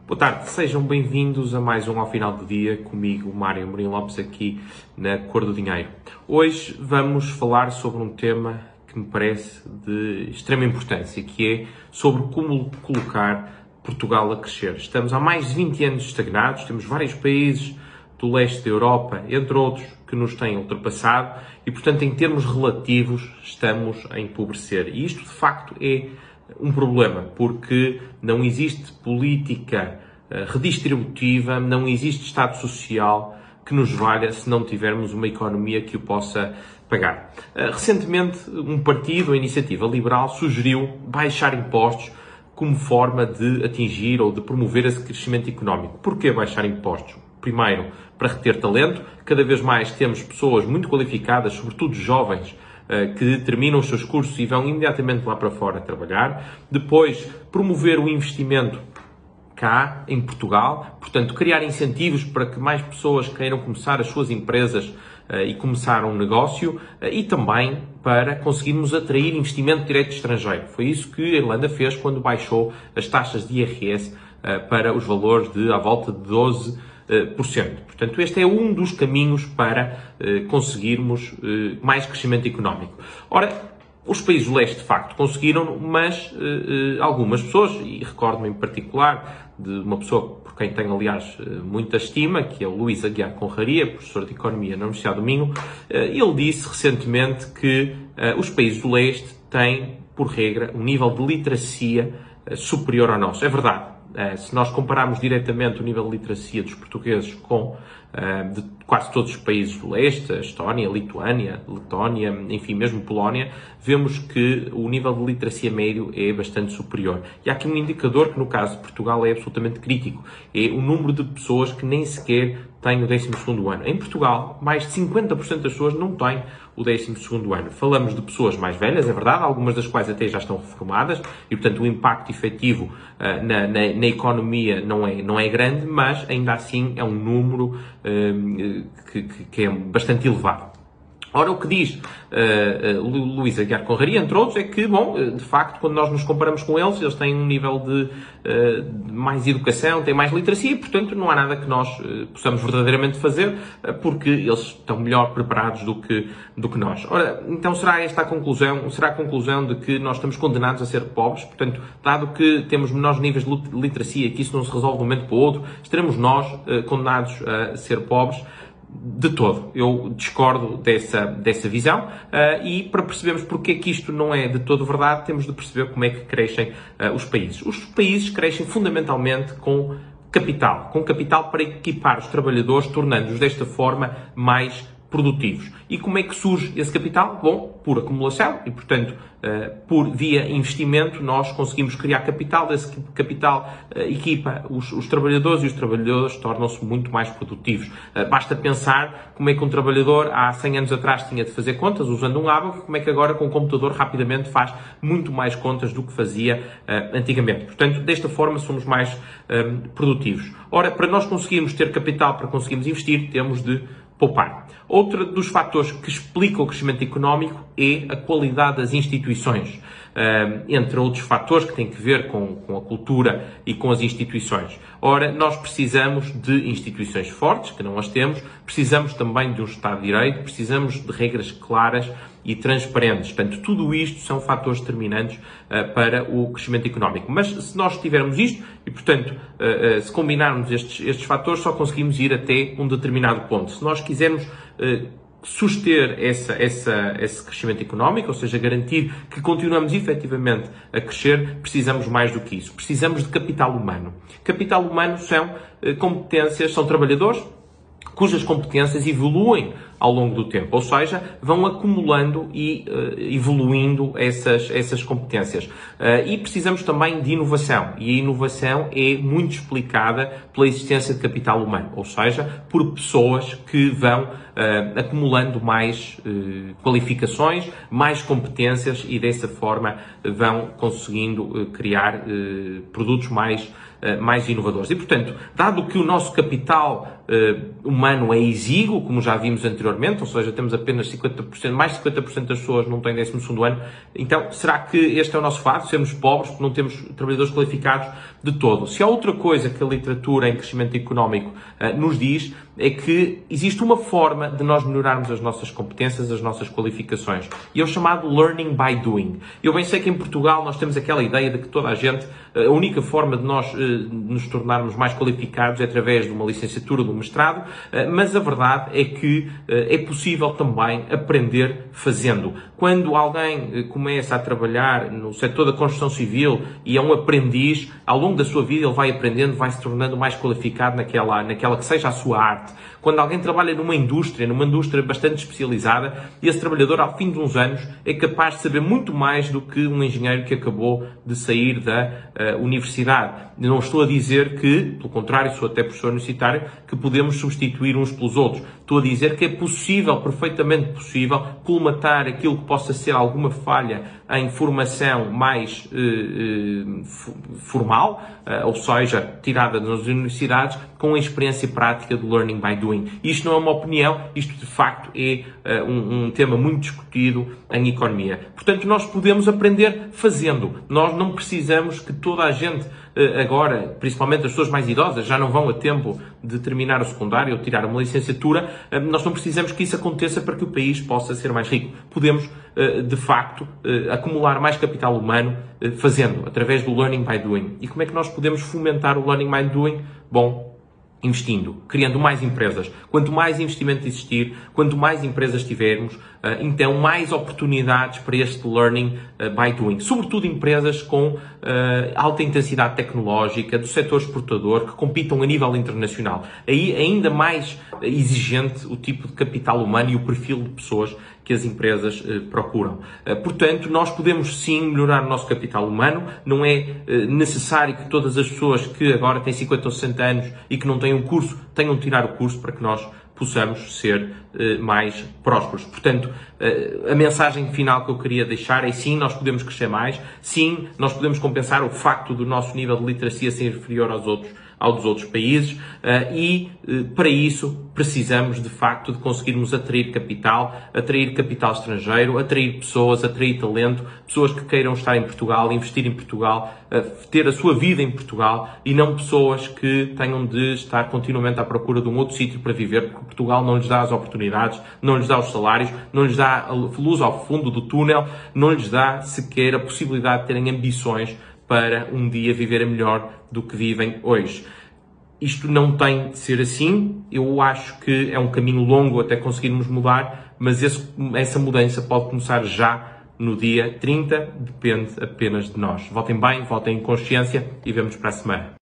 Boa tarde, sejam bem-vindos a mais um Ao Final do Dia, comigo, Mário Amorim Lopes, aqui na Cor do Dinheiro. Hoje vamos falar sobre um tema que me parece de extrema importância, que é sobre como colocar Portugal a crescer. Estamos há mais de 20 anos estagnados, temos vários países do leste da Europa, entre outros, que nos têm ultrapassado e, portanto, em termos relativos, estamos a empobrecer. E isto, de facto, é um problema, porque não existe política redistributiva, não existe Estado Social que nos valha se não tivermos uma economia que o possa pagar. Recentemente, um partido, a Iniciativa Liberal, sugeriu baixar impostos como forma de atingir ou de promover esse crescimento económico. Porquê baixar impostos? Primeiro, para reter talento. Cada vez mais temos pessoas muito qualificadas, sobretudo jovens, que terminam os seus cursos e vão imediatamente lá para fora trabalhar. Depois, promover o investimento cá, em Portugal. Portanto, criar incentivos para que mais pessoas queiram começar as suas empresas e começar um negócio. E também para conseguirmos atrair investimento direto estrangeiro. Foi isso que a Irlanda fez quando baixou as taxas de IRS para os valores de à volta de 12%. Portanto, este é um dos caminhos para conseguirmos mais crescimento económico. Ora, os países do leste, de facto, conseguiram, mas algumas pessoas, e recordo-me em particular de uma pessoa por quem tenho, aliás, muita estima, que é o Luís Aguiar Conraria, professor de Economia na Universidade do Minho, ele disse recentemente que os países do leste têm, por regra, um nível de literacia superior ao nosso. É verdade. Se nós compararmos diretamente o nível de literacia dos portugueses com de quase todos os países do leste, a Estónia, a Lituânia, Letónia, enfim, mesmo Polónia, vemos que o nível de literacia médio é bastante superior. E há aqui um indicador que, no caso de Portugal, é absolutamente crítico. É o número de pessoas que nem sequer têm o 12º ano. Em Portugal, mais de 50% das pessoas não têm o 12º ano. Falamos de pessoas mais velhas, é verdade, algumas das quais até já estão reformadas, e, portanto, o impacto efetivo na economia não é grande, mas, ainda assim, é um número que é bastante elevado. Ora, o que diz Luís Aguiar Conraria, entre outros, é que, bom, de facto, quando nós nos comparamos com eles têm um nível de mais educação, têm mais literacia e, portanto, não há nada que nós possamos verdadeiramente fazer porque eles estão melhor preparados do que nós. Ora, então será esta a conclusão? Será a conclusão de que nós estamos condenados a ser pobres? Portanto, dado que temos menores níveis de literacia e que isso não se resolve de um momento para o outro, estaremos nós condenados a ser pobres? De todo. Eu discordo dessa visão e para percebermos porque é que isto não é de todo verdade, temos de perceber como é que crescem os países. Os países crescem fundamentalmente com capital para equipar os trabalhadores, tornando-os desta forma mais produtivos. E como é que surge esse capital? Bom, por acumulação e, portanto, por via investimento, nós conseguimos criar capital. Esse capital equipa os trabalhadores e os trabalhadores tornam-se muito mais produtivos. Basta pensar como é que um trabalhador há 100 anos atrás tinha de fazer contas usando um ábaco, como é que agora com o computador rapidamente faz muito mais contas do que fazia antigamente. Portanto, desta forma somos mais produtivos. Ora, para nós conseguirmos ter capital, para conseguirmos investir, temos de poupar. Outro dos fatores que explica o crescimento económico é a qualidade das instituições, entre outros fatores que têm que ver com a cultura e com as instituições. Ora, nós precisamos de instituições fortes, que não as temos, precisamos também de um Estado de Direito, precisamos de regras claras e transparentes. Portanto, tudo isto são fatores determinantes para o crescimento económico. Mas se nós tivermos isto, e portanto, se combinarmos estes fatores, só conseguimos ir até um determinado ponto. Se nós quisermos suster esse crescimento económico, ou seja, garantir que continuamos efetivamente a crescer, precisamos mais do que isso. Precisamos de capital humano. Capital humano são competências, são trabalhadores cujas competências evoluem ao longo do tempo, ou seja, vão acumulando e evoluindo essas competências. E precisamos também de inovação, e a inovação é muito explicada pela existência de capital humano, ou seja, por pessoas que vão acumulando mais qualificações, mais competências e dessa forma vão conseguindo criar produtos mais inovadores. E, portanto, dado que o nosso capital humano é exíguo, como já vimos anteriormente, ou seja, temos apenas 50%, mais de 50% das pessoas não têm 12º ano, então será que este é o nosso fado? Sermos pobres porque não temos trabalhadores qualificados de todo? Se há outra coisa que a literatura em crescimento económico nos diz, é que existe uma forma de nós melhorarmos as nossas competências, as nossas qualificações. E é o chamado learning by doing. Eu bem sei que em Portugal nós temos aquela ideia de que toda a gente, a única forma de nós nos tornarmos mais qualificados é através de uma licenciatura, de um mestrado, mas a verdade é que é possível também aprender fazendo. Quando alguém começa a trabalhar no setor da construção civil e é um aprendiz, ao longo da sua vida ele vai aprendendo, vai se tornando mais qualificado naquela que seja a sua arte. Quando alguém trabalha numa indústria bastante especializada, esse trabalhador, ao fim de uns anos, é capaz de saber muito mais do que um engenheiro que acabou de sair da universidade. Não estou a dizer que, pelo contrário, sou até professor universitário, que podemos substituir uns pelos outros. Estou a dizer que é possível, perfeitamente possível, colmatar aquilo que possa ser alguma falha em formação mais formal, ou seja, tirada das universidades, com a experiência prática do learning by doing. Isto não é uma opinião, isto de facto é um tema muito discutido em economia. Portanto, nós podemos aprender fazendo. Nós não precisamos que toda a gente agora, principalmente as pessoas mais idosas, já não vão a tempo de terminar o secundário ou tirar uma licenciatura. Nós não precisamos que isso aconteça para que o país possa ser mais rico. Podemos, de facto, acumular mais capital humano fazendo, através do learning by doing. E como é que nós podemos fomentar o learning by doing? Bom, investindo, criando mais empresas. Quanto mais investimento existir, quanto mais empresas tivermos, então mais oportunidades para este learning by doing. Sobretudo empresas com alta intensidade tecnológica, do setor exportador, que compitam a nível internacional. Aí ainda mais exigente o tipo de capital humano e o perfil de pessoas que as empresas procuram. Portanto, nós podemos sim melhorar o nosso capital humano. Não é necessário que todas as pessoas que agora têm 50 ou 60 anos e que não têm um curso, tenham de tirar o curso para que nós possamos ser mais prósperos. Portanto, a mensagem final que eu queria deixar é sim, nós podemos crescer mais, sim, nós podemos compensar o facto do nosso nível de literacia ser inferior ao dos outros países e, para isso, precisamos, de facto, de conseguirmos atrair capital estrangeiro, atrair pessoas, atrair talento, pessoas que queiram estar em Portugal, investir em Portugal, ter a sua vida em Portugal e não pessoas que tenham de estar continuamente à procura de um outro sítio para viver, porque Portugal não lhes dá as oportunidades, não lhes dá os salários, não lhes dá a luz ao fundo do túnel, não lhes dá sequer a possibilidade de terem ambições para um dia viverem melhor do que vivem hoje. Isto não tem de ser assim. Eu acho que é um caminho longo até conseguirmos mudar, mas essa mudança pode começar já no dia 30, depende apenas de nós. Votem bem, votem em consciência e vemos para a semana.